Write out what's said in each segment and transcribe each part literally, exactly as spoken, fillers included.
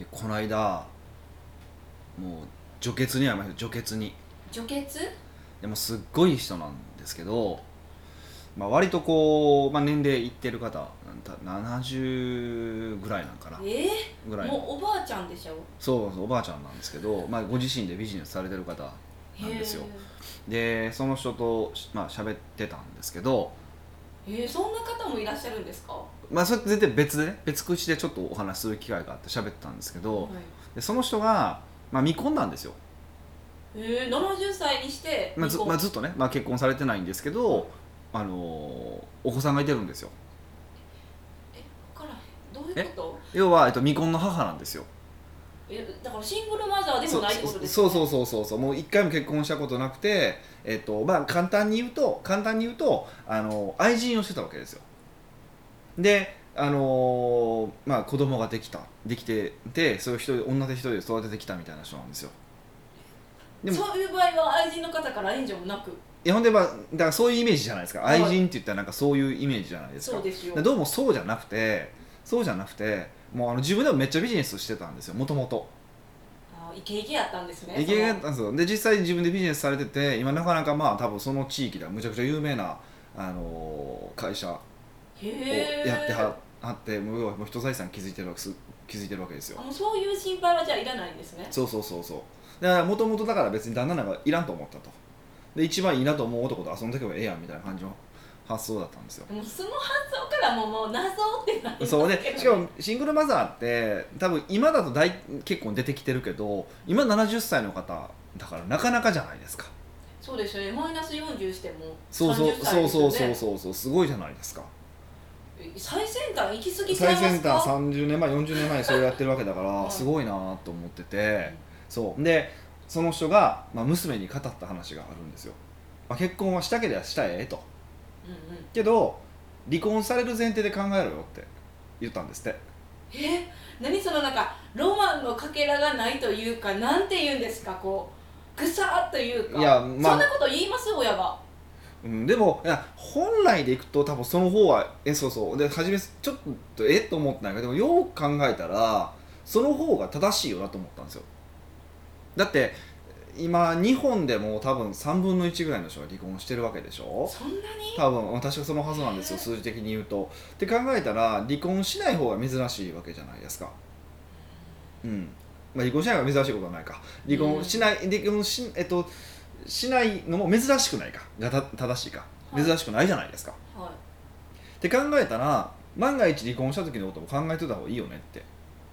この間もう女傑に会いました。女傑に。 女傑。 でもすっごい人なんですけど、まあ、割とこう、まあ、年齢いってる方ななじゅうぐらいなんかなえー、 ぐらいの。 もうおばあちゃんでしょ。 そうそうおばあちゃんなんですけど、まあ、ご自身でビジネスされてる方なんですよ。でその人とまあ喋ってたんですけど、 えー、そんな方もいらっしゃるんですか。 まあそれ全然別でね別口でちょっとお話しする機会があって喋ってたんですけど、 はい、 でその人が、まあ、未婚なんですよ。 えー、ななじゅっさいにしてまあずまあ、 離婚。 ずっとね、まあ、結婚されてないんですけど、あのーお子さんがいてるんですよ。 え、分からへん、どういうこと。 要は、えっと、未婚の母なんですよ。 え、だからシングルマザーでもないってことですそね。 うそうそうそうそうもう一回も結婚したことなくて、えっとまあ、簡単に言うと簡単に言うとあの愛人をしてたわけですよ。であのーまあ子供ができたできててそれを一人女手一人で育ててきたみたいな人なんですよ。でもそういう場合は愛人の方から援助もなく。 いやほんでまあだからそういうイメージじゃないですか、 はい、 愛人って言ったらなんかそういうイメージじゃないですか。 そうですよ。 でどうもそうじゃなくてそうじゃなくてもうあの自分でもめっちゃビジネスしてたんですよもともと。 あ、イケイケやったんですね。 イケイケだったんですよ。で実際自分でビジネスされてて今なかなかまあ多分その地域ではむちゃくちゃ有名な、あのー会社をへやってはー。 はってもう要はもう人財産築いてるわけす築いてるわけですよ。 あ、もうそういう心配はじゃあいらないんですね。 そうそうそうそうだからもともとだから別に旦那なんかいらんと思ったと。で一番いいなと思う男と遊んでけばええやんみたいな感じの発想だったんですよ。 でもその発想からももう謎ってなりますけど、 そうね、 でしかもシングルマザーって多分今だと大結構出てきてるけど今ななじゅっさいの方だからなかなかじゃないですか。 そうですよね。マイナスよんじゅうしてもそうそうさんじゅっさいですよね。 そうそうそうそうすごいじゃないですか。 最先端行き過ぎちゃい最先端ますか。 さんじゅうねんまえよんじゅうねんまえにそれをやってるわけだからはいすごいなと思ってて、そうでその人が、まあ、娘に語った話があるんですよ。まあ、結婚はしたければしたらええと、 うんうん、 けど離婚される前提で考えろよって言ったんですって。 え、何そのなんかロマンのかけらがないというか、なんて言うんですか、こうぐさっというか、 いやまあそんなこと言います親が。 うん、でもいや本来でいくと多分その方はえそうそうで初めちょっとえっと思ってないけどでもよく考えたらその方が正しいよなと思ったんですよ。だって今日本でも多分さんぶんのいちぐらいの人が離婚してるわけでしょ。 そんなに。 多分確かそのはずなんですよ数字的に言うと。って考えたら離婚しない方が珍しいわけじゃないですか。うんまあ、離婚しない方が珍しいことはないか。離婚しない、離婚し、えっと、しないのも珍しくないかがた正しいか、珍しくないじゃないですか。 はって考えたら万が一離婚した時のことも考えておいた方がいいよねって。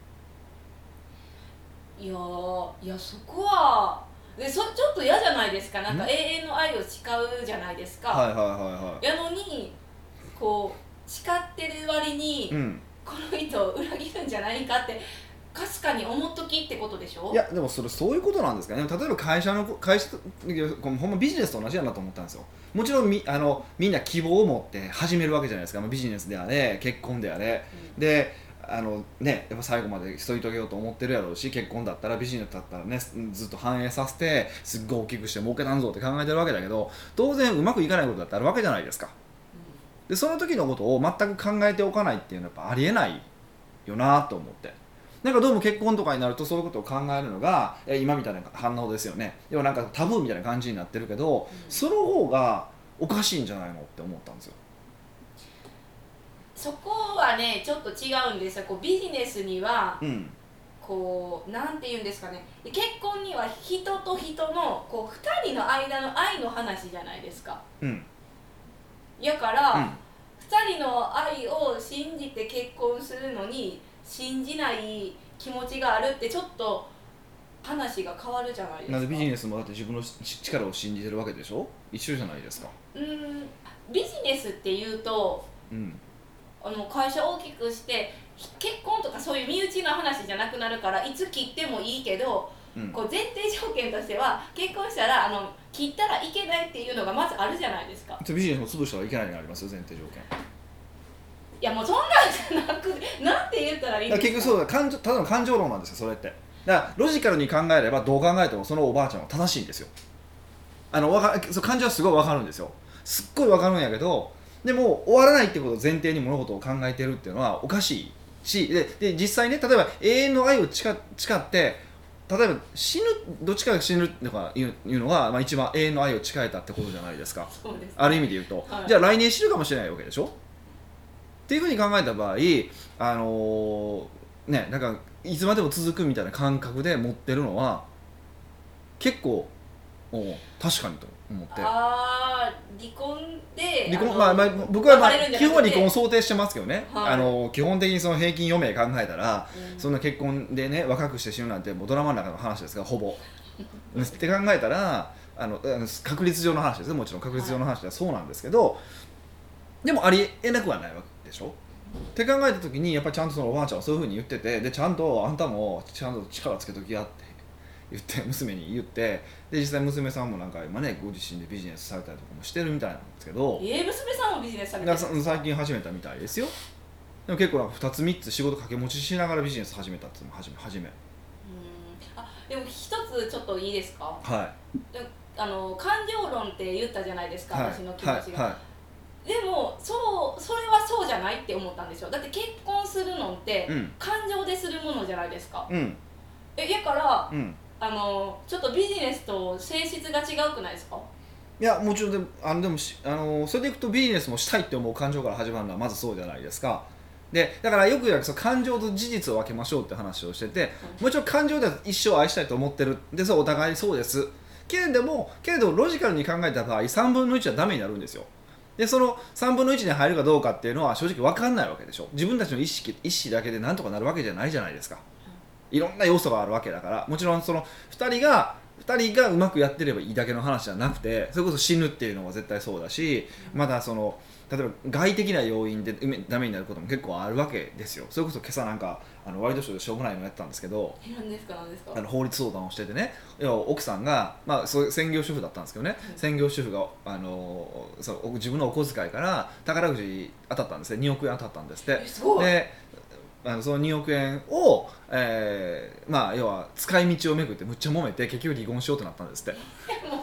い、いやー、いやそこはでそちょっと嫌じゃないですか。なんかん永遠の愛を誓うじゃないですか。 はいはいはいはいやのにこう誓ってる割に、 うんこの人を裏切るんじゃないかってかすかに思っときってことでしょ。 いやでもそれそういうことなんですかね。例えば会社の会社ほんまビジネスと同じやなと思ったんですよ。もちろんみあのみんな希望を持って始めるわけじゃないですか、まあ、ビジネスであれ結婚であれ、 うん、 であのね、やっぱ最後まで添い遂げようと思ってるやろうし結婚だったらビジネスだったらねずっと反映させてすっごい大きくして儲けたんぞって考えてるわけだけど当然うまくいかないことだってあるわけじゃないですか。でその時のことを全く考えておかないっていうのはやっぱありえないよなと思って。なんかどうも結婚とかになるとそういうことを考えるのが今みたいな反応ですよね。要はなんかタブーみたいな感じになってるけど、 うん、 その方がおかしいんじゃないのって思ったんですよ。 そこはねちょっと違うんですよ。こうビジネスには、 うん、 こうなんて言うんですかね、結婚には人と人のこうふたりの間の愛の話じゃないですか。 うんやから、 うんふたりの愛を信じて結婚するのに信じない気持ちがあるってちょっと話が変わるじゃないですか。 なんでビジネスもだって自分の力を信じてるわけでしょ。一緒じゃないですか。 うーん、ビジネスっていうとうんあの会社を大きくして結婚とかそういう身内の話じゃなくなるからいつ切ってもいいけど、 うん、 こう前提条件としては結婚したらあの切ったらいけないっていうのがまずあるじゃないですか。 ビジネスも潰したらいけないのがありますよ前提条件。 いやもうそんなんじゃなくてなんて言ったらいいんですか。 結局そうだ感情ただの感情論なんですよそれって。だからロジカルに考えればどう考えてもそのおばあちゃんは正しいんですよ。あのわかそう感情はすごい分かるんですよ。すっごい分かるんやけどでも終わらないってことを前提に物事を考えてるっていうのはおかしいし、でで実際ね、例えば永遠の愛を誓誓って例えば死ぬ、どっちかが死ぬとかいういうのが、まあ、一番永遠の愛を誓えたってことじゃないですか。 そうですね、 ある意味で言うと、 はい、 じゃあ来年死ぬかもしれないわけでしょっていうふうに考えた場合、あのー、ね、なんかいつまでも続くみたいな感覚で持ってるのは結構お確かにと思って。 あー、離婚で離婚、まあまあ、僕は、まあ、基本は離婚をを想定してますけどね、 はい、 あの基本的にその平均余命考えたら、 うん、 そんな結婚でね若くして死ぬなんてもうドラマの中の話ですからほぼって考えたらあの確率上の話ですね、もちろん確率上の話ではそうなんですけど、はい、でもありえなくはないわけでしょって考えた時にやっぱりちゃんとそのおばあちゃんはそういうふうに言ってて、でちゃんとあんたもちゃんと力つけときやって言って娘に言って、で実際娘さんもなんか今ねご自身でビジネスされたりとかもしてるみたいなんですけど、 えー、娘さんもビジネスされてるんですか？ 最近始めたみたいですよ。でも結構なんかふたつみっつ仕事掛け持ちしながらビジネス始めたっていうのも初め初め。うん、 あ、でも一つちょっといいですか？ はい。 あの感情論って言ったじゃないですか、はい、私の気持ちが、はいはい、でもそうそれはそうじゃないって思ったんですよ。だって結婚するのって、うん、感情でするものじゃないですか、うん、えやから、うん、あのちょっとビジネスと性質が違うくないですか？ いやもちろんでもあのでもあのそれでいくとビジネスもしたいって思う感情から始まるのはまずそうじゃないですか。でだからよく言うその感情と事実を分けましょうって話をしてて、うん、もちろん感情では一生愛したいと思ってるで、それお互いそうですけれどもけれどロジカルに考えた場合さんぶんのいちはダメになるんですよ。でそのさんぶんのいちに入るかどうかっていうのは正直分かんないわけでしょ。自分たちの意識意識だけでなんとかなるわけじゃないじゃないですか。いろんな要素があるわけだから、もちろんそのふたりがふたりがうまくやってればいいだけの話じゃなくて、それこそ死ぬっていうのは絶対そうだし、まだその例えば外的な要因でダメになることも結構あるわけですよ。それこそ今朝なんかあのワイドショーでしょうもないのやったんですけど、 何ですか何ですか、 あの法律相談をしててね、要は奥さんが、まあ、そういう専業主婦だったんですけどね、うん、専業主婦があのそう自分のお小遣いから宝くじ当たったんですね。におくえん当たったんですって。 すごい。 であのそのにおくえんを、えーまあ、要は使い道をめぐってむっちゃ揉めて結局離婚しようとなったんですって。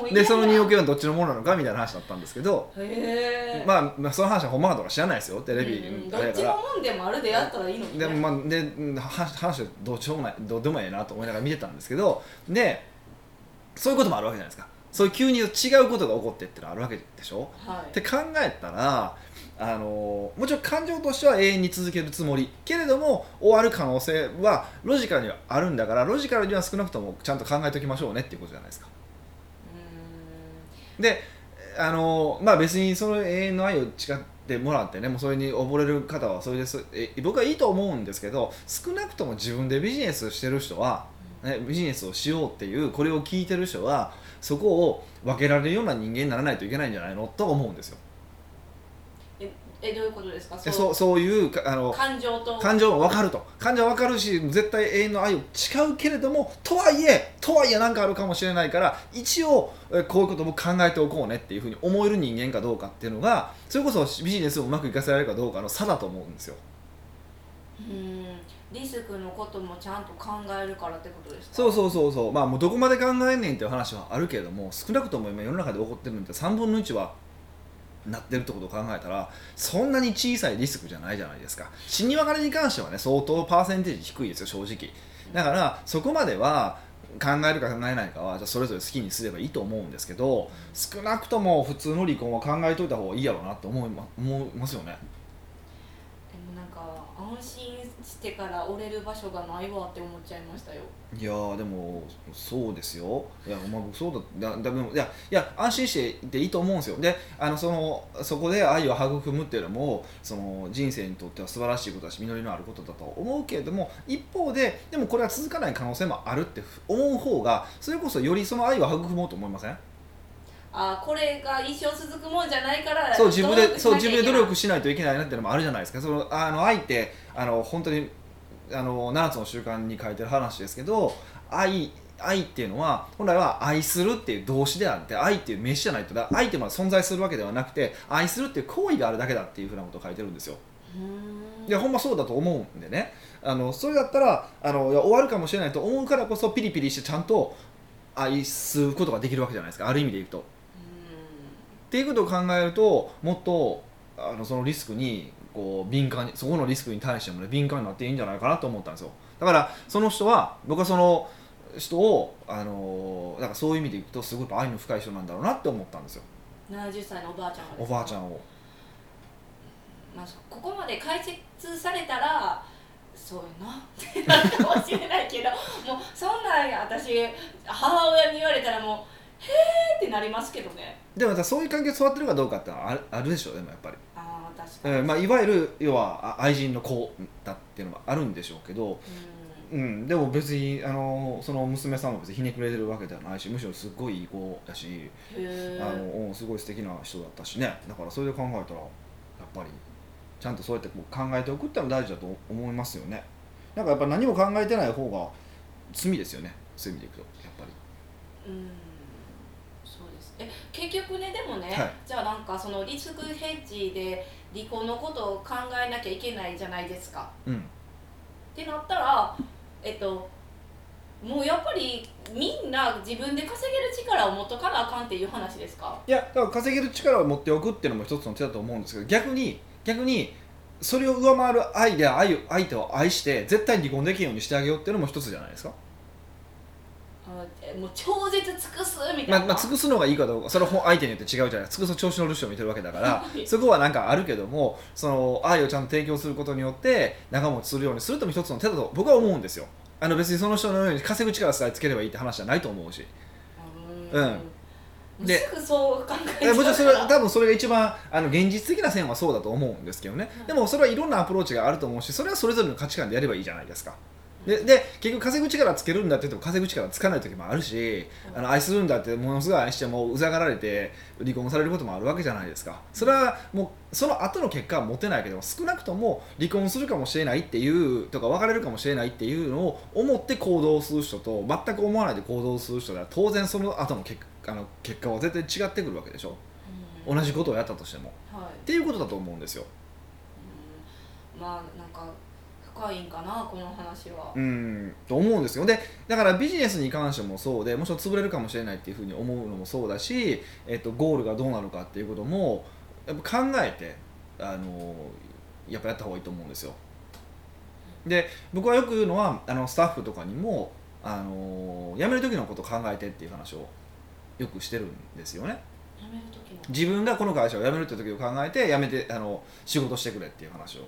でそのにおくえんはどっちのものなのかみたいな話だったんですけど、 へ、 まあ、まあその話はほんまかどうか知らないですよ、テレビ、 うん、どっちのもんでもあるでやったらいいのに、ね、 でも、まあ、で話はどうしようもないどうでもええなと思いながら見てたんですけど、でそういうこともあるわけじゃないですか。そういう急に違うことが起こってってのあるわけでしょ、はい、って考えたらあのもちろん感情としては永遠に続けるつもりけれども終わる可能性はロジカルにはあるんだから、ロジカルには少なくともちゃんと考えておきましょうねっていうことじゃないですか。うーんであの、まあ、別にその永遠の愛を誓ってもらってね、もうそれに溺れる方はそれですえ僕はいいと思うんですけど、少なくとも自分でビジネスしてる人は、ね、ビジネスをしようっていうこれを聞いてる人はそこを分けられるような人間にならないといけないんじゃないのと思うんですよ。 ええどういうことですか？ そうそうそういうあの感情と感情は分かると、感情は分かるし絶対永遠の愛を誓うけれども、とはいえとはいえ何かあるかもしれないから一応こういうことも考えておこうねっていうふうに思える人間かどうかっていうのが、それこそビジネスをうまくいかせられるかどうかの差だと思うんですよ。 うーんリスクのこともちゃんと考えるからってことですか？ そうそうそうそう、まあもうどこまで考えんねんっていう話はあるけれども、少なくとも今世の中で起こってるのってさんぶんのいちはなってるってことを考えたらそんなに小さいリスクじゃないじゃないですか。死に別れに関してはね相当パーセンテージ低いですよ正直。だからそこまでは考えるか考えないかはじゃあそれぞれ好きにすればいいと思うんですけど、少なくとも普通の離婚は考えといた方がいいやろうなって思い、ま、思いますよね。 でもなんか安心してから折れる場所がないわって思っちゃいましたよ。 いやーでもそうですよ。いや、まあ、僕そうだだだいやいや安心していていいと思うんですよ。であのそのそこで愛を育むっていうのもその人生にとっては素晴らしいことだし実りのあることだと思うけれども、一方ででもこれは続かない可能性もあるって思う方がそれこそよりその愛を育もうと思いません？ あこれが一生続くもんじゃないからそう自分でそう自分で努力しないといけないなっていうのもあるじゃないですか。そのあの愛ってあの本当にあのななつの習慣に書いてる話ですけど、愛愛っていうのは本来は愛するっていう動詞であって、愛っていう名詞じゃないとだ愛っていうのは存在するわけではなくて愛するっていう行為があるだけだっていうふうなことを書いてるんですよ。うーんいやほんまそうだと思うんでね、あのそれだったらあのいや終わるかもしれないと思うからこそピリピリしてちゃんと愛することができるわけじゃないですか、ある意味で言うと。っていうことを考えるともっとあのそのリスクにこう敏感に、そこのリスクに対してもね敏感になっていいんじゃないかなと思ったんですよ。だからその人は、僕はその人をあのだからそういう意味でいくとすごい愛の深い人なんだろうなって思ったんですよ。 ななじゅっさいのおばあちゃんがですか？ おばあちゃんを、 まあ、ここまで解説されたらそうやなってなるかもしれないけどもうそんなん私母親に言われたらもうへーってなりますけどね。 でもそういう関係育ってるかどうかってのはある、あるでしょう。でもやっぱりあ確かに、 えーまあ、いわゆる要は愛人の子だっていうのもあるんでしょうけど、うん、うん、でも別にあのその娘さんも別にひねくれてるわけではないし、むしろすっごいいい子だし、あのすごい素敵な人だったしね。だからそれで考えたらやっぱりちゃんとそうやってこう考えておくってのは大事だと思いますよね。なんかやっぱ何も考えてない方が罪ですよね、そういう意味でいくとやっぱり。うんえ結局ね、でもね、はい、じゃあなんかそのリスクヘッジで離婚のことを考えなきゃいけないじゃないですか、うん、ってなったらえっともうやっぱりみんな自分で稼げる力を持っとかなあかんっていう話ですか？ いや、だから稼げる力を持っておくっていうのも一つの手だと思うんですけど、逆に逆にそれを上回る愛で愛相手を愛して絶対に離婚できるようにしてあげようっていうのも一つじゃないですか。 もう超絶尽くすみたいな、 まあまあ、尽くすのがいいかどうかそれは相手によって違うじゃないですか。尽くす調子乗る人を見てるわけだからそこはなんかあるけども、その愛をちゃんと提供することによって仲持ちするようにするとも一つの手だと僕は思うんですよ。あの別にその人のように稼ぐ力さえつければいいって話じゃないと思うし、 うん、ですぐそう考えちゃうから、 もちろんそれ多分それが一番あの現実的な線はそうだと思うんですけどね、うん、でもそれはいろんなアプローチがあると思うし、それはそれぞれの価値観でやればいいじゃないですか。で, で結局稼ぐ力つけるんだって言っても稼ぐ力つかない時もあるし、あの愛するんだってものすごい愛してもうざがられて離婚されることもあるわけじゃないですか。それはもうその後の結果は持てないけど、少なくとも離婚するかもしれないっていうとか別れるかもしれないっていうのを思って行動する人と全く思わないで行動する人では当然その後の結あの結果は絶対違ってくるわけでしょ、うん、同じことをやったとしても、はい、っていうことだと思うんですよ。 うん、まあなんか深いんかなこの話は。 うんと思うんですよ。でだからビジネスに関してもそうで、もちろん潰れるかもしれないっていうふうに思うのもそうだし、えっと、ゴールがどうなるかっていうこともやっぱ考えてあのやっぱやった方がいいと思うんですよ。で僕はよく言うのはあのスタッフとかにもあの辞める時のことを考えてっていう話をよくしてるんですよね。 辞める時の自分がこの会社を辞めるって時を考えて辞めてあの仕事してくれっていう話を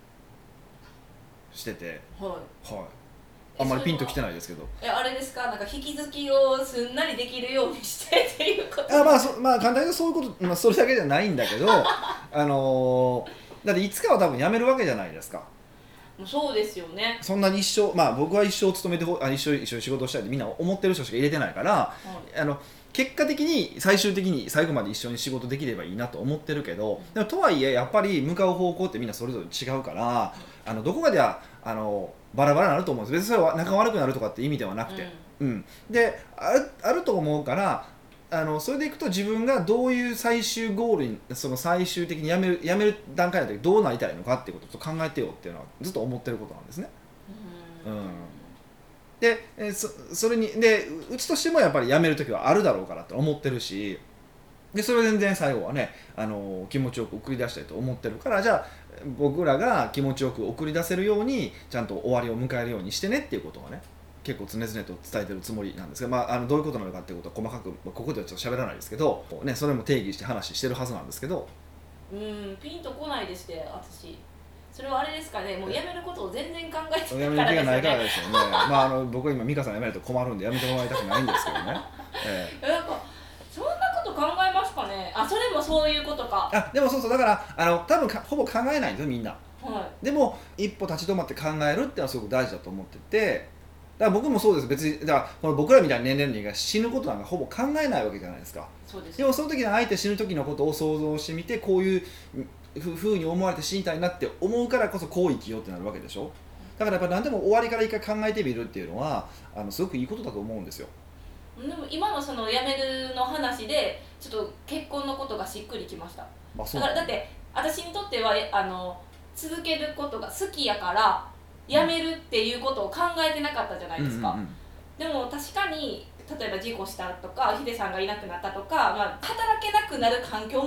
してて、 はい、 はい、あんまりピンときてないですけど、 えあれですか、なんか引き継ぎをすんなりできるようにしてっていうこと？ あ、まあそまあ簡単に言うとそういうこと、まあ、それだけじゃないんだけどあのー、だっていつかは多分辞めるわけじゃないですか。 そうですよね。 そんなに一生、まあ僕は一生勤めてほあ一生一緒に仕事をしたいってみんな思ってる人しか入れてないから、はい、あの結果的に最終的に最後まで一緒に仕事できればいいなと思ってるけど、でもとはいえやっぱり向かう方向ってみんなそれぞれ違うから、あのどこかではあのバラバラになると思うんです。別にそれは仲悪くなるとかって意味ではなくて、うん、うん、である、あると思うから、あのそれでいくと自分がどういう最終ゴールにその最終的にやめるやめる段階の時どうなりたいのかっていうことを考えてよっていうのはずっと思ってることなんですね。うん、うん、で そ, それにでうちとしてもやっぱりやめる時はあるだろうからと思ってるし、でそれを全然最後はねあの気持ちよく送り出したいと思ってるから、じゃあ僕らが気持ちよく送り出せるようにちゃんと終わりを迎えるようにしてねっていうことはね結構常々と伝えてるつもりなんですが、まあ、あのどういうことなのかっていうことは細かく、まあ、ここではちょっと喋らないですけど、ね、それも定義して話してるはずなんですけど、 うんピンとこないですね私。それはあれですかね、もう辞めることを全然考えてないからですよね。辞める気がないからですよね。まああの僕は今美香さん辞めると困るんで辞めてもらいたくないんですけどね。 ええ、なんかそんなこと考えますかね。あ、それもそういうことか。 あ、でもそうそう、だからあの多分かほぼ考えないんですよみんな。 はい、 でも一歩立ち止まって考えるっていうのはすごく大事だと思ってて、だから僕もそうです。別にだからこの僕らみたいな年齢の人間が死ぬことなんかほぼ考えないわけじゃないですか。 そうです。 でもその時の相手死ぬ時のことを想像してみて、こういうふうに思われて死にたいなって思うからこそこう生きようってなるわけでしょ。だからやっぱ何でも終わりから一回考えてみるっていうのはあのすごくいいことだと思うんですよ。 でも今のその辞めるの話でちょっと結婚のことがしっくりきました。 あ、そうだからだって私にとってはあの続けることが好きやから辞めるっていうことを考えてなかったじゃないですか、うんうんうん、でも確かに例えば事故したとかヒデさんがいなくなったとか、まあ、働けなくなる環境も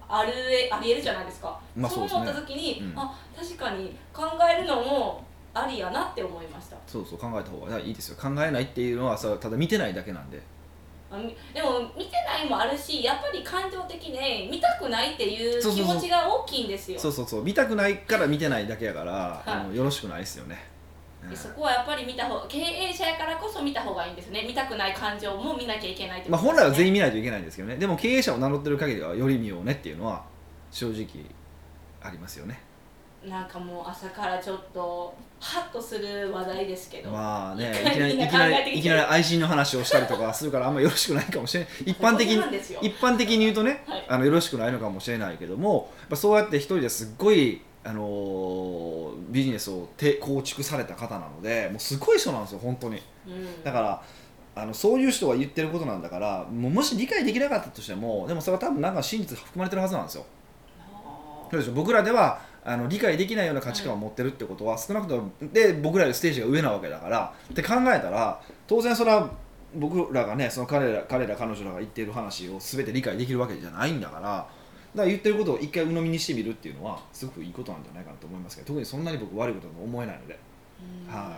あるありえるじゃないですか、 まあそうですね、 そう思った時に、 うん、 あ確かに考えるのもありやなって思いました。 そうそう考えた方がいいですよ。考えないっていうのはそれはただ見てないだけなんで。 でも見てないもあるし、やっぱり感情的に見たくないっていう気持ちが大きいんですよ。 そうそうそう見たくないから見てないだけやから、 はい、 あのよろしくないですよね、 うん、そこはやっぱり見た方、経営者やからこそ見た方がいいんですね。見たくない感情も見なきゃいけないってことですね。まあ本来は全員見ないといけないんですけどね。でも経営者を名乗ってる限りはより見ようねっていうのは正直ありますよね。 なんかもう朝からちょっとハッとする話題ですけど、 まあね、いきなりいきなりいきなり愛人の話をしたりとかするからあんまよろしくないかもしれない。一般的に一般的に言うとね、はい、あのよろしくないのかもしれないけども、やっぱそうやって一人ですっごい、あのー、ビジネスを構築された方なので、もうすごい人なんですよ本当に、うん、だからあのそういう人が言ってることなんだから、もうもし理解できなかったとしても、でもそれは多分なんか真実が含まれてるはずなんですよ。そうでしょ。僕らではあの理解できないような価値観を持ってるってことは、少なくともで僕らよりステージが上なわけだからって考えたら、当然それは僕らがね、その彼ら彼ら彼女らが言っている話を全て理解できるわけじゃないんだから、だから言ってることを一回鵜呑みにしてみるっていうのはすごくいいことなんじゃないかなと思いますけど、特にそんなに僕悪いことと思えないので。はい。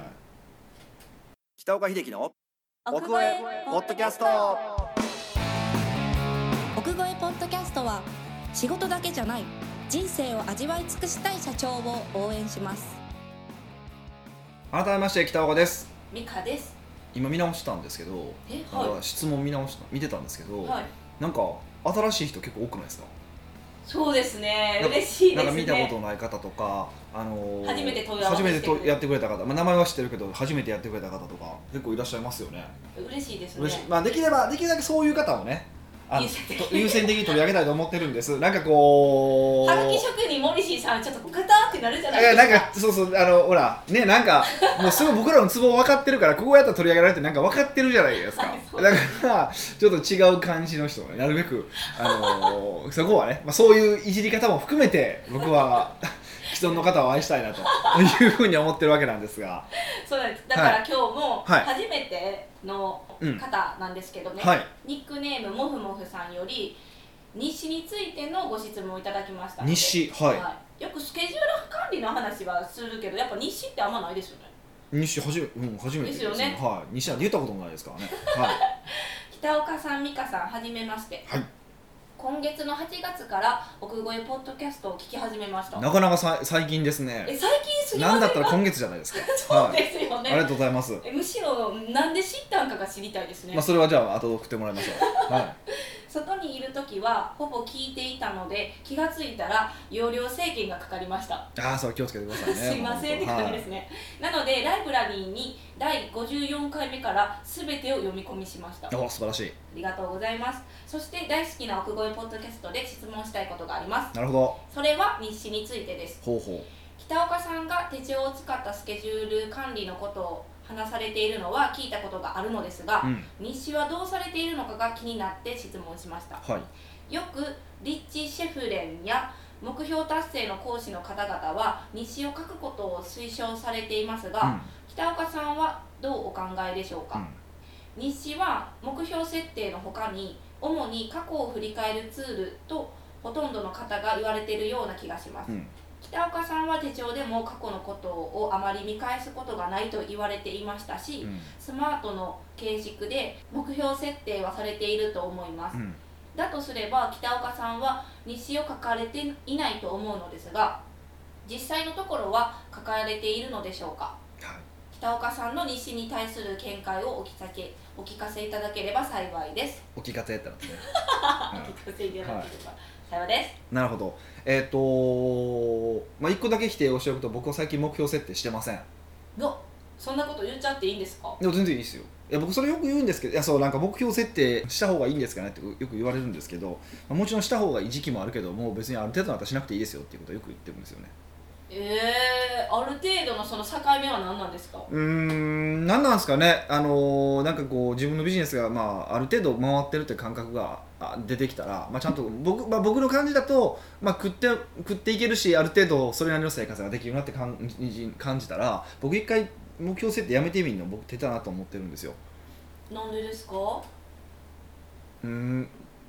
北岡秀樹の奥越えポッドキャスト。 奥越えポッドキャストは仕事だけじゃない、人生を味わい尽くしたい社長を応援します。 改めまして北岡です。 美香です。 今見直したんですけど、え、はい、質問見直した見てたんですけど、はい、なんか新しい人結構多くないですか？ そうですね、嬉しいですね。 なんか見たことない方とか、あのー、 初めて問い合わせて初めてとやってくれた方、まあ、名前は知ってるけど初めてやってくれた方とか結構いらっしゃいますよね。 嬉しいですね。 まあ、できればできるだけそういう方をね、優先的に優先的に取り上げたいと思ってるんです。なんかこう、 はがき職人モリシーさんちょっとガターってなるじゃないですか。 なんかそうそう、あのほらね、なんかもうすぐ僕らのツボ分かってるから、ここやったら取り上げられてなんか分かってるじゃないですか。だからちょっと違う感じの人をね、なるべくあのー、そこはね、まあ、そういういじり方も含めて僕は既存の方を愛したいなというふうに思ってるわけなんですが。 そうです。だから今日も初めての方なんですけどね、はい、ニックネームもふもふさんより日誌についてのご質問をいただきましたので。 日誌、はい、はい、 よくスケジュール管理の話はするけど、やっぱ日誌ってあんまないですよね。 日誌初め、うん、初めてですよね。はい、日誌なんて言ったこともないですからね。はい、 北岡さん、美香さん、はじめまして。はい、今月のはちがつから奥越えポッドキャストを聞き始めました。 なかなかさ最近ですね。 え、最近すぎませんか？ なんだったら今月じゃないですか。 そうですよね、はい、 ありがとうございます。 え、むしろなんで知ったんかが知りたいですね。 まあそれはじゃあ後で送ってもらいましょう。はい、 外にいるときはほぼ聞いていたので、気がついたら容量制限がかかりました。 ああ、そう、気をつけてくださいね。 すいませんって感じですね。はい、なのでライブラリーにだいごじゅうよんかいめから全てを読み込みしました。 お、素晴らしい。 ありがとうございます。そして大好きな奥越えポッドキャストで質問したいことがあります。 なるほど。 それは日誌についてです。 ほうほう。 北岡さんが手帳を使ったスケジュール管理のことを話されているのは聞いたことがあるのですが、うん、日誌はどうされているのかが気になって質問しました。はい、よくリッチ・シェフレンや目標達成の講師の方々は日誌を書くことを推奨されていますが、うん、北岡さんはどうお考えでしょうか？うん、日誌は目標設定の他に主に過去を振り返るツールとほとんどの方が言われているような気がします。うん、北岡さんは手帳でも過去のことをあまり見返すことがないと言われていましたし、うん、スマートの形式で目標設定はされていると思います。うん、だとすれば北岡さんは日誌を書かれていないと思うのですが、実際のところは書かれているのでしょうか？はい、北岡さんの日誌に対する見解をお聞かせお聞かせいただければ幸いです。 お聞かせってなってね。 お聞かせいただければ、はい、幸いです。 なるほど。えっ、ー、とまあいっこだけ否定をしておくと、僕は最近目標設定してません。 のそんなこと言っちゃっていいんですか？ でも全然いいですよ。いや僕それよく言うんですけど、いやそうなんか目標設定した方がいいんですかねってよく言われるんですけど、まあ、もちろんした方がいい時期もあるけども、別にある程度の私しなくていいですよっていうことはよく言ってるんですよね。 えー、ある程度のその境目は何なんですか？ うーん、何なんですかね。あのー、なんかこう自分のビジネスが、まあ、ある程度回ってるって感覚が出てきたら、まあ、ちゃんと 僕,、まあ、僕の感じだと、まあ、食って食っていけるし、ある程度それなりの生活ができるなって感じ感じたら、僕一回目標設定やめてみるの僕手だなと思ってるんですよ。 なんでですか？ うーん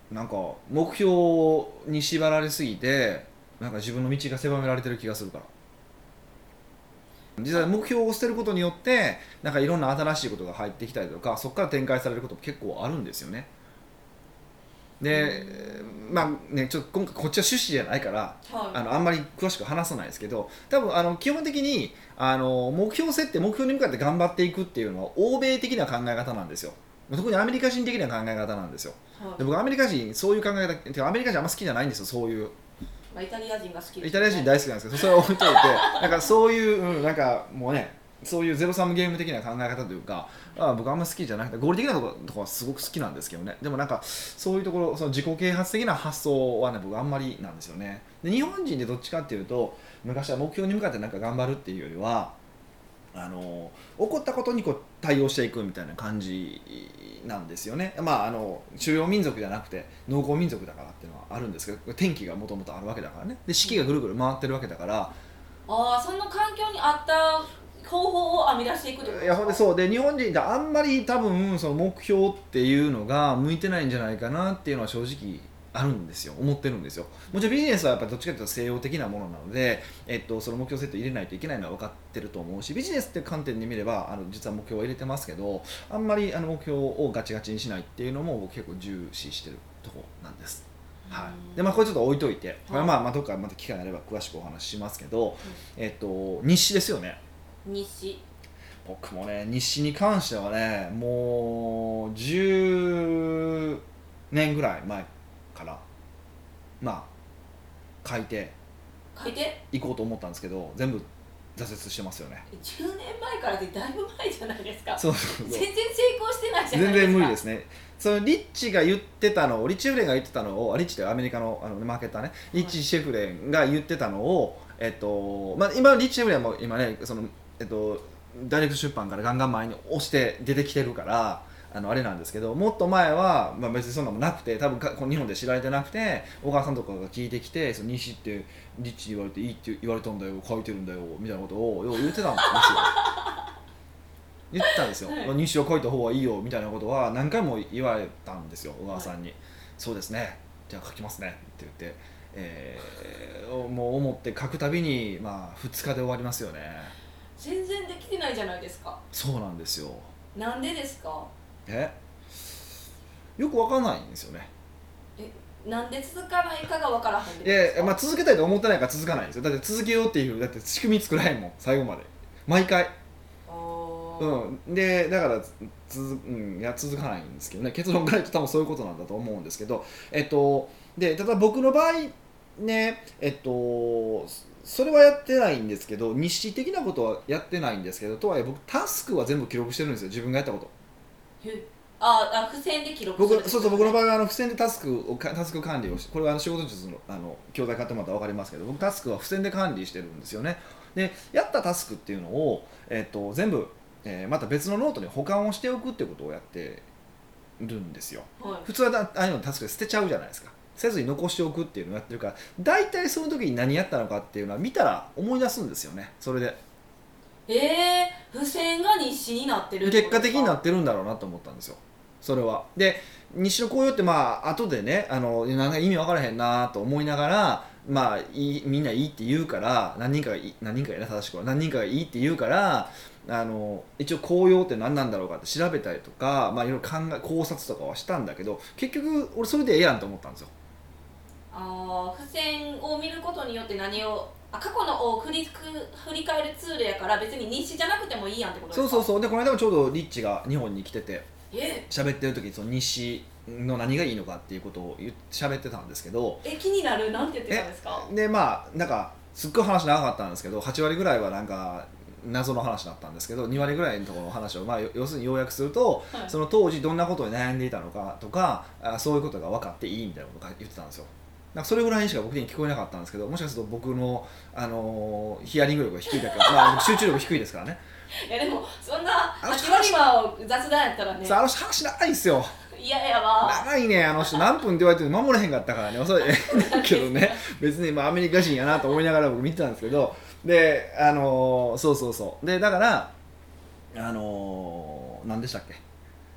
なんか目標に縛られすぎてなんか自分の道が狭められてる気がするから。実際目標を捨てることによってなんかいろんな新しいことが入ってきたりとか、そこから展開されることも結構あるんですよね。でまあね、ちょっと今回こっちは趣旨じゃないから、はい、あのあんまり詳しく話さないですけど、多分あの基本的にあの目標設定目標に向かって頑張っていくっていうのは欧米的な考え方なんですよ。特にアメリカ人的な考え方なんですよ。はい、で僕アメリカ人そういう考え方ってアメリカ人あんま好きじゃないんですよ。そういう、 まあ、イタリア人が好きです、ね、 イタリア人大好きなんですけど、それは置いといてなんかそういう、うん、なんかもうね、そういうゼロサムゲーム的な考え方というか、あ僕あんま好きじゃなくて合理的なところとかはすごく好きなんですけどね。でもなんかそういうところ、その自己啓発的な発想はね僕あんまりなんですよね。で日本人でどっちかっていうと、昔は目標に向かってなんか頑張るっていうよりは、あの起こったことにこう対応していくみたいな感じなんですよね。まああの主要民族じゃなくて農耕民族だからっていうのはあるんですけど、天気がもともとあるわけだからね。で四季がぐるぐる回ってるわけだから、ああその環境に合った方法を編み出していくってことですか。いやほんでそうで、日本人ってあんまり多分その目標っていうのが向いてないんじゃないかなっていうのは正直あるんですよ、思ってるんですよ。もちろんビジネスはやっぱどっちかというと西洋的なものなので、えっと、その目標設定入れないといけないのは分かってると思うし、ビジネスっていう観点で見ればあの実は目標を入れてますけど、あんまりあの目標をガチガチにしないっていうのも僕結構重視してるところなんです。はい、でまあこれちょっと置いといて、これまあまあどっかまた機会があれば詳しくお話ししますけど、えっと日誌ですよね。 日誌、 僕もね日誌に関してはね、もうじゅうねんぐらい前からまあ書いて書いていこうと思ったんですけど、全部挫折してますよね。 じゅうねんまえからってだいぶ前じゃないですか。 そうそうそう、 全然成功してないじゃないですか。 全然無理ですね。そのリッチが言ってたのを、リッチ・シェフレンが言ってたのを、リッチってアメリカ の, あのマーケッターね、リッチ・シェフレンが言ってたのを、えっとまあ、今リッチ・シェフレンも今ねその、えっと、ダイレクト出版からガンガン前に押して出てきてるから、あのあれなんですけど、もっと前は、まあ、別にそんなのもなくて、多分か日本で知られてなくて、小川さんとかが聞いてきて、その西ってリッチ言われていいって言われたんだよ、書いてるんだよみたいなことをよう言ってたんですよ。言ってたんですよ、はい、西を書いた方がいいよみたいなことは何回も言われたんですよ、小川さんに。はい、そうですね、じゃあ書きますねって言って、えー、もう思って書くたびに、まあ、ふつかで終わりますよね。 全然できてないじゃないですか。 そうなんですよ。 なんでですか。 えよくわかんないんですよね。 えなんで続かないかがわからへんで、いや、まあ、続けたいと思ってないから続かないんですよ。だって続けようっていうだって仕組み作らへんもん、最後まで毎回。うん、でだからつ、うん、いや続かないんですけどね。結論から言うと多分そういうことなんだと思うんですけど、えっとでただ僕の場合ね、えっとそれはやってないんですけど、日誌的なことはやってないんですけど、とはいえ僕タスクは全部記録してるんですよ、自分がやったこと。 ああ、付箋で記録する、 僕そうそう、僕の場合はあの付箋でタスクをタスク管理をして、これはあの仕事術のあの教材買ってもらったら分かりますけど、僕タスクは付箋で管理してるんですよね。でやったタスクっていうのを、えっと全部、えー、また別のノートに保管をしておくっていうことをやってるんですよ。はい、普通はああいうのタスクで捨てちゃうじゃないですか。せずに残しておくっていうのをやってるから、大体その時に何やったのかっていうのは見たら思い出すんですよね、それで。 えー、付箋が日誌になってるって結果的になってるんだろうなと思ったんですよ、それは。で日誌の紅葉ってまあ後でね、あのなんか意味分からへんなと思いながら、まあいいみんないいって言うから、何人かがいい何人かやね正しくは何人かがいいって言うから、あの一応紅葉って何なんだろうかって調べたりとか、まあいろいろ考え考察とかはしたんだけど、結局俺それでええやんと思ったんですよ。 あ付箋を見ることによって何をあ過去のを振り振り返るツールやから、別に日誌じゃなくてもいいやんってことですか。 そうそうそう。でこの間もちょうどリッチが日本に来てて喋ってる時にその日誌の何がいいのかっていうことを喋ってたんですけど、 え気になる、なんて言ってたんですか。 でまあなんかすっごい話長かったんですけど、はちわりぐらいはなんか謎の話だったんですけど、にわりぐらいのところの話を、まあ、要するに要約すると、はい、その当時どんなことに悩んでいたのかとか、あそういうことが分かっていいみたいなことを言ってたんですよ。なんかそれぐらいにしか僕に聞こえなかったんですけど、もしかすると僕の、あのー、ヒアリング力が低いだけ、まあ、集中力低いですからね。 いやでもそんなはちわりは雑談やったらね、 あの人話長いんですよ。 いやいやわ長いね、あの人何分って言われても守れへんかったからね。それけどね、別にまあアメリカ人やなと思いながら僕見てたんですけど、であのー、そうそうそうでだからあのー、何でしたっけ、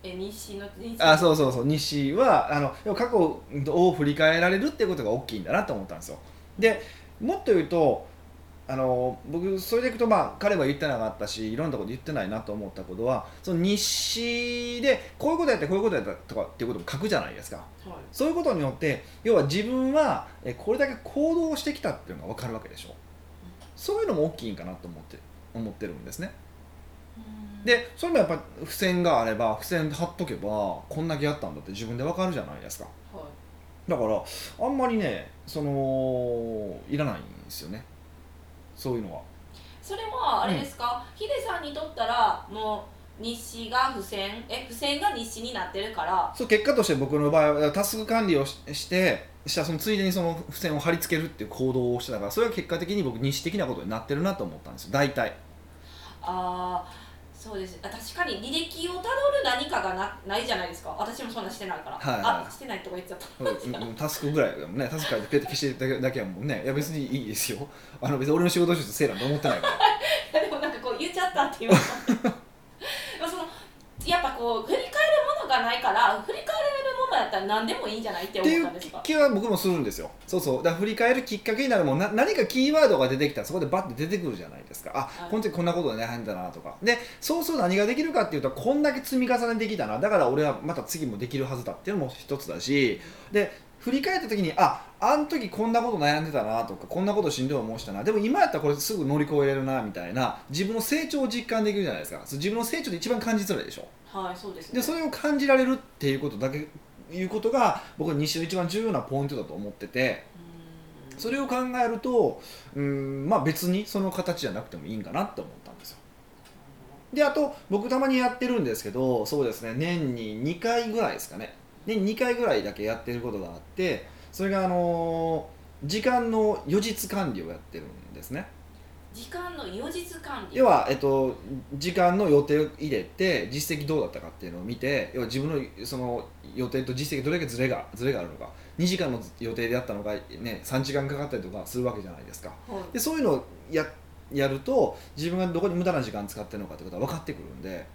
え日誌の日誌あそうそうそう日誌はあの要は過去を振り返られるっていうことが大きいんだなと思ったんですよ。でもっと言うとあの僕それでいくと、まあ、彼は言ってなかったしいろんなこと言ってないなと思ったことはその日誌でこういうことやってこういうことやったとかっていうことを書くじゃないですか、はい、そういうことによって要は自分はこれだけ行動してきたっていうのが分かるわけでしょ、うん、そういうのも大きいんかなと思って思ってるんですね。でそれもやっぱ付箋があれば付箋貼っとけばこんだけやったんだって自分で分かるじゃないですか、はい、だからあんまりねそのいらないんですよねそういうのは。 それはあれですか、うん、ヒデさんにとったらもう日誌が付箋え付箋が日誌になってるからそう結果として僕の場合はタスク管理を し, してしたそのついでにその付箋を貼り付けるっていう行動をしてたからそれは結果的に僕日誌的なことになってるなと思ったんですよ大体。 ああそうです。あ確かに履歴をたどる何かが な, ないじゃないですか。私もそんなしてないから、はいはい、あしてないとか言っちゃった、 うん、タスクぐらいでもねタスク書いてペッて消してるだけはもうねいや別にいいですよあの別に俺の仕事としてせいなんて思ってないからでもなんかこう言っちゃったっていうそのやっぱこう振り返るものがないから振り返れるものやったら何でもいいんじゃないって思ったんですか。 っていう気は僕もするんですよ。そうそうだから振り返るきっかけになるもんな何かキーワードが出てきたらそこでバッて出てくるじゃないですか。あ、はい、この時こんなことで悩んだなとかでそうそう何ができるかっていうとこんだけ積み重ねできたなだから俺はまた次もできるはずだっていうのも一つだしで振り返った時にああの時こんなこと悩んでたなとかこんなことしんどい思いしたなでも今やったらこれすぐ乗り越えれるなみたいな自分の成長を実感できるじゃないですか。自分の成長で一番感じづらいでしょ。 はいそうですね。 でそれを感じられるっていうことだけいうことが僕は日誌の一番重要なポイントだと思っててそれを考えるとうーん、まあ、別にその形じゃなくてもいいんかなって思ったんですよ。であと僕たまにやってるんですけどそうですね年ににかいぐらいですかね年ににかいぐらいだけやってることがあってそれがあのー、時間の予実管理をやってるんですね。 時間の予実管理要は、えっと、時間の予定を入れて実績どうだったかっていうのを見て要は自分のその予定と実績どれだけズレがズレがあるのかにじかんの予定でやったのが、ね、さんじかんかかったりとかするわけじゃないですか、はい、でそういうのを や, やると自分がどこに無駄な時間使ってるのかってことが分かってくるんで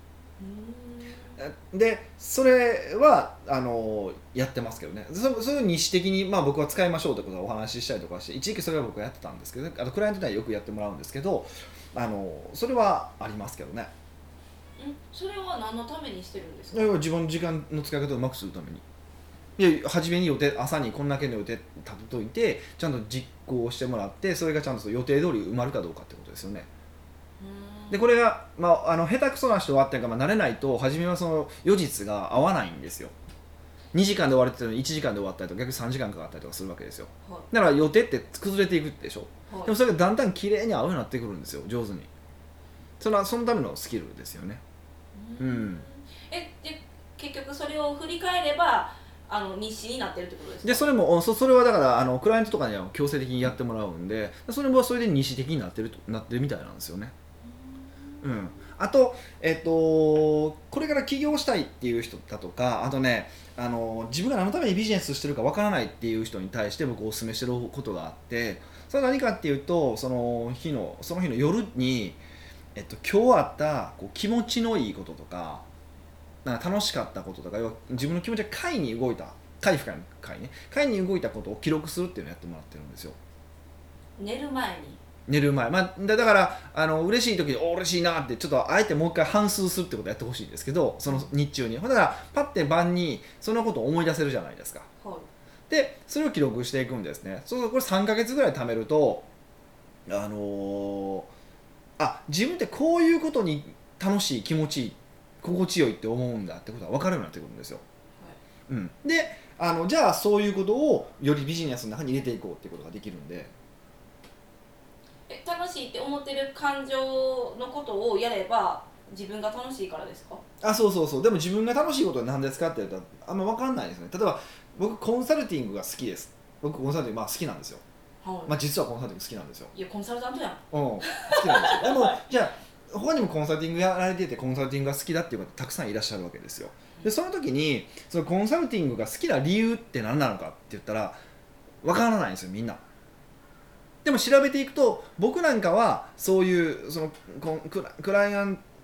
でそれはあのやってますけどねそそういう日誌的に、まあ、僕は使いましょうということをお話ししたりとかして一時期それは僕はやってたんですけど、ね、あとクライアントにはよくやってもらうんですけどあのそれはありますけどね。 んそれは何のためにしてるんですか。 自分の時間の使い方をうまくするためにいや初めに予定朝にこんだけの予定立てといてちゃんと実行してもらってそれがちゃんと予定通り埋まるかどうかってことですよね。でこれが、まあ、あの下手くそな人はっていうか、まあ、慣れないと初めはその予実が合わないんですよ。にじかんで終われてたのにいちじかんで終わったりとか逆にさんじかんかかったりとかするわけですよ、はい、だから予定って崩れていくでしょ、はい、でもそれがだんだん綺麗に合うようになってくるんですよ上手に。それはそのためのスキルですよね。うん、うん、 えで結局それを振り返ればあの日誌になってるってことですか。 でそれも そ, それはだからあのクライアントとかには強制的にやってもらうんでそれもそれで日誌的になってるなってるみたいなんですよね。うん、あと、えっと、これから起業したいっていう人だとかあとねあの自分が何のためにビジネスしてるかわからないっていう人に対して僕お勧めしてることがあってそれは何かっていうとその日のその日の夜に、えっと、今日あったこう気持ちのいいこととかなんか楽しかったこととか要は自分の気持ちが快に動いた快不快の快ね快に動いたことを記録するっていうのをやってもらってるんですよ。 寝る前に寝る前、まあ、だからあの嬉しい時にお嬉しいなってちょっとあえてもう一回反芻するってことをやってほしいんですけどその日中にだからパッて晩にそのことを思い出せるじゃないですか、はい、でそれを記録していくんですね。そうするとこれさんかげつぐらい貯めるとあのー、あ自分ってこういうことに楽しい気持ちいい心地よいって思うんだってことが分かるようになってくるんですよ、はいうん、であのじゃあそういうことをよりビジネスの中に入れていこうっていうことができるんでえ楽しいって思ってる感情のことをやれば自分が楽しいからですか。 あそうそうそうでも自分が楽しいことは何ですかって言うとあんま分かんないですね。例えば僕コンサルティングが好きです僕コンサルティング、まあ、好きなんですよ、はいまあ、実はコンサルティング好きなんですよ。 いやコンサルタントやん、 うん、好きなんですよでも、はい、じゃあ他にもコンサルティングやられててコンサルティングが好きだっていう方たくさんいらっしゃるわけですよ。でその時にそのコンサルティングが好きな理由って何なのかって言ったら分からないんですよみんな。でも調べていくと僕なんかはそういうそのクライアン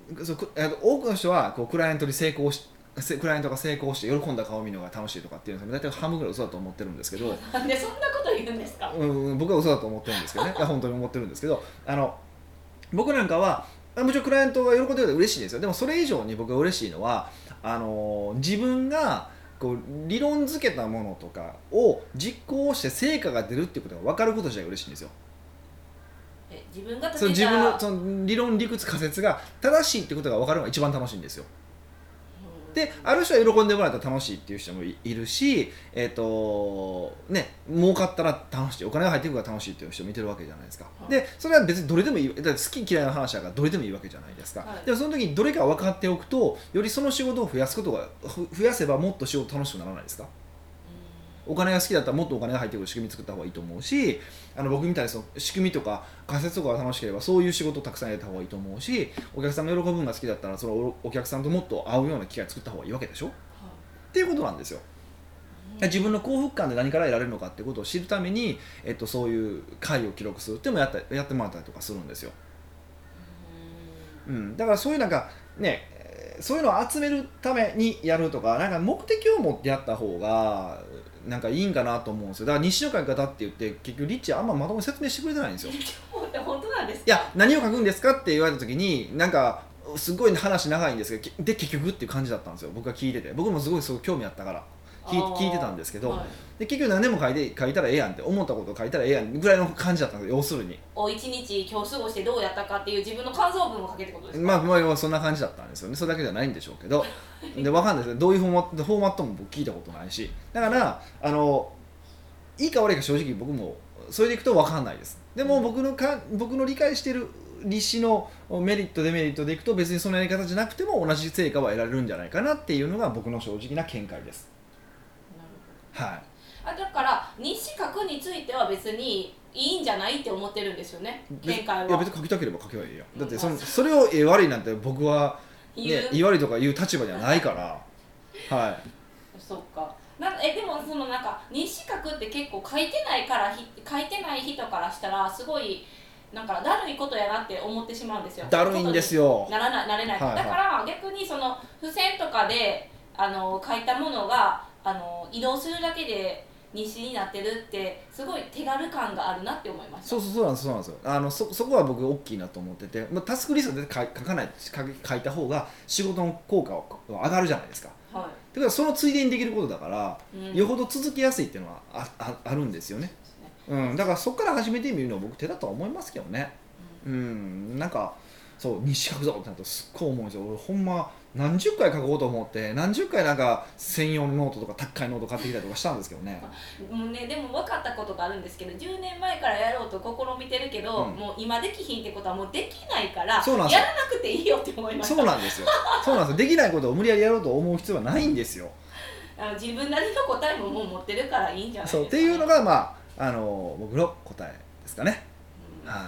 そうく多くの人はこうクライアントに成功しクライアントが成功して喜んだ顔を見るのが楽しいとかっていうのが大体半分ぐらい嘘だと思ってるんですけどなんでそんなこと言うんですか？ うん、僕は嘘だと思ってるんですけどねいや本当に思ってるんですけど、あの僕なんかはもちろんクライアントが喜んでくれたら嬉しいんですよ。でもそれ以上に僕が嬉しいのはあの自分がこう理論付けたものとかを実行して成果が出るっていうことが分かること自体が嬉しいんですよ。 え自分が立てたその自分のその理論理屈仮説が正しいってことが分かるのが一番楽しいんですよ。である人は喜んでもらえたら楽しいっていう人も い, いるし、えーとね、儲かったら楽しい、お金が入ってくるから楽しいっていう人もいてるわけじゃないですか、はい、でそれは別にどれでもいい、だって好き嫌いの話だからどれでもいいわけじゃないですか、はい、でもその時にどれか分かっておくとよりその仕事を増やすことが増やせばもっと仕事楽しくならないですか。お金が好きだったらもっとお金が入ってくる仕組み作った方がいいと思うし、あの僕みたいにその仕組みとか仮説とかが楽しければそういう仕事をたくさんやった方がいいと思うし、お客さんが喜ぶのが好きだったらそのお客さんともっと会うような機会を作った方がいいわけでしょ、はい、っていうことなんですよ。自分の幸福感で何から得られるのかってことを知るために、えっと、そういう会を記録するっていうのもやった、やってもらったりとかするんですよ。うん、だからそういうなんかね、そういうのを集めるためにやるとか、なんか目的を持ってやった方がなんかいいんかなと思うんですよ。だから日誌の書き方って言って結局リッチあんままともに説明してくれてないんですよ。 本当なんですか？ いや何を書くんですかって言われた時になんかすごい話長いんですけど、で結局っていう感じだったんですよ。僕が聞いてて、僕もすごいすごい興味あったから聞い、聞いてたんですけど、はい、で結局何でも書いて書いたらええやんって思ったことを書いたらええやんぐらいの感じだったんですよ。要するにお一日今日過ごしてどうやったかっていう自分の感想文を書けってことですか？ まあまあそんな感じだったんですよね。それだけじゃないんでしょうけどで分かんないですどういうフォーマット、フォーマットも僕聞いたことないし、だからあのいいか悪いか正直僕もそれでいくと分かんないです。でも僕のか僕の理解している立志のメリットデメリットでいくと別にそのやり方じゃなくても同じ成果は得られるんじゃないかなっていうのが僕の正直な見解です。なるほど、はい、 あだから日誌書くについては別にいいんじゃないって思ってるんですよね、見解は。 いや別に書きたければ書けばいいや、だってそのそれをえ悪いなんて僕は、ね、いい悪いとか言う立場にはないからはい。 そっか。なえでもそのなんか日誌書くって結構書いてないからひ書いてない人からしたらすごいなんかだるいことやなって思ってしまうんですよ。 だるいんですよ。 ならないなれない、はいはい、だから逆にその付箋とかであの書いたものがあの移動するだけで日誌になってるってすごい手軽感があるなって思いました。 そうそうそうなんですそうなんですよ。あの そ, そこは僕大きいなと思ってて、まあ、タスクリストで書書かない書書いた方が仕事の効果は上がるじゃないですか。はい。てかそのついでにできることだから、うん、よほど続けやすいっていうのは あ, あ, あるんですよね。うん、だからそこから始めてみるのは僕手だとは思いますけどね。うん、うん、なんかそう日誌書くぞってなるとすっごい思うんですよ。俺ほんま何十回書こうと思って何十回なんか専用のノートとか高いノート買ってきたりとかしたんですけどね。 もうねでも分かったことがあるんですけど、じゅうねんまえからやろうと試みてるけど、うん、もう今できひんってことはもうできないからやらなくていいよって思いました。 そうなんですよ。そうなんですよ。できないことを無理やりやろうと思う必要はないんですよ。 あの自分なりの答えももう持ってるからいいんじゃないですか、ね。 そうっていうのがまああの僕の答えですかね。うん、はい。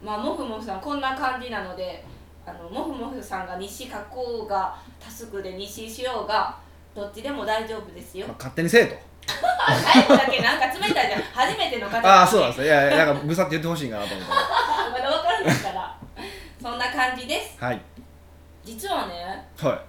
まあもふもふさんこんな感じなので。あのもふもふさんが日誌書こうがタスクで日誌しようがどっちでも大丈夫ですよ、まあ、 勝手にせえと最後だけなんか冷たいじゃん初めての方ああそうなんですね。いやいやなんかぐさって言ってほしいかなと思ったまだ分からないからそんな感じです。 はい実はね、 はい、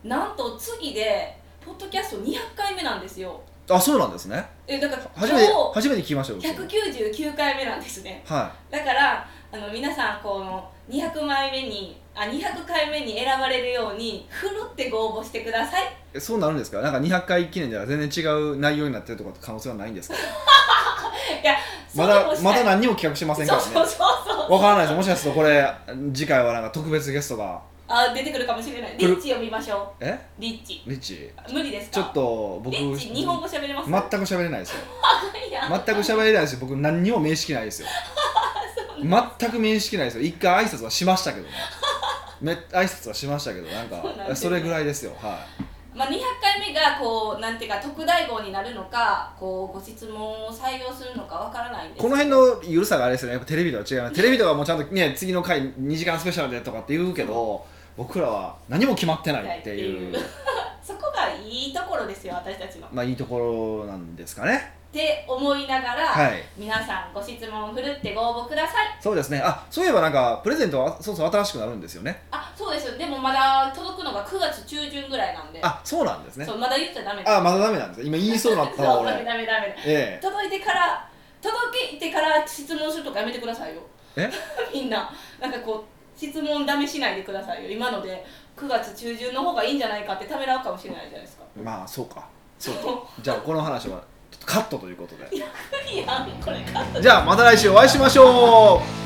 なんと次でポッドキャストにひゃっかいめなんですよ。 あそうなんですね。 えだから初めて初めて聞きましたよ。 ひゃくきゅうじゅうきゅうかいめなんですね、 はい、 だからあの皆さんこのにひゃくまいめにあにひゃくかいめに選ばれるようにふるってご応募してください。 えそうなるんですか。なんかにひゃっかい記念では全然違う内容になってるとかって可能性はないんですかいやまだまだ何にも企画してませんからね。 そうそうそうそうわからないです。もしかするとこれ次回はなんか特別ゲストがあ出てくるかもしれない。リッチ呼びましょう。えリッチリッチ無理ですか。 ちょっと僕リッチ日本語喋れます。 全く喋れないですよ全く喋れないですよ。僕何にも面識ないですよ全く面識ないですよ。一回挨拶はしましたけどねめ挨拶はしましたけどなんか そ, それぐらいですよ。はい。 まあ、にひゃっかいめがこうなんていうか特大号になるのかこうご質問を採用するのかわからないんですけど、 この辺の緩さがあれですよね。やっぱテレビとは違う。テレビとかもちゃんとね次の回にじかんスペシャルでとかって言うけど、僕らは何も決まってないっていうそこがいいところですよ、私たちの。 まあいいところなんですかねって思いながら、 はい、 皆さんご質問を振るってご応募ください。 そうですね。あ、そういえばなんかプレゼントはそうそう新しくなるんですよね。 あ、そうですよ。でもまだ届くのがくがつ中旬ぐらいなんで。 あ、そうなんですね。 そう、まだ言っちゃダメです。 あ、まだダメなんです。今言いそうになったわ俺。ダメダメダメ、ええ、届いてから届いてから質問するとかやめてくださいよ。えみんななんかこう質問ダメしないでくださいよ。今のでくがつ中旬の方がいいんじゃないかってためらうかもしれないじゃないですか。 まあそうか。そうか。じゃあこの話はカットということで。 いや、いやこれカット。 じゃあまた来週お会いしましょう。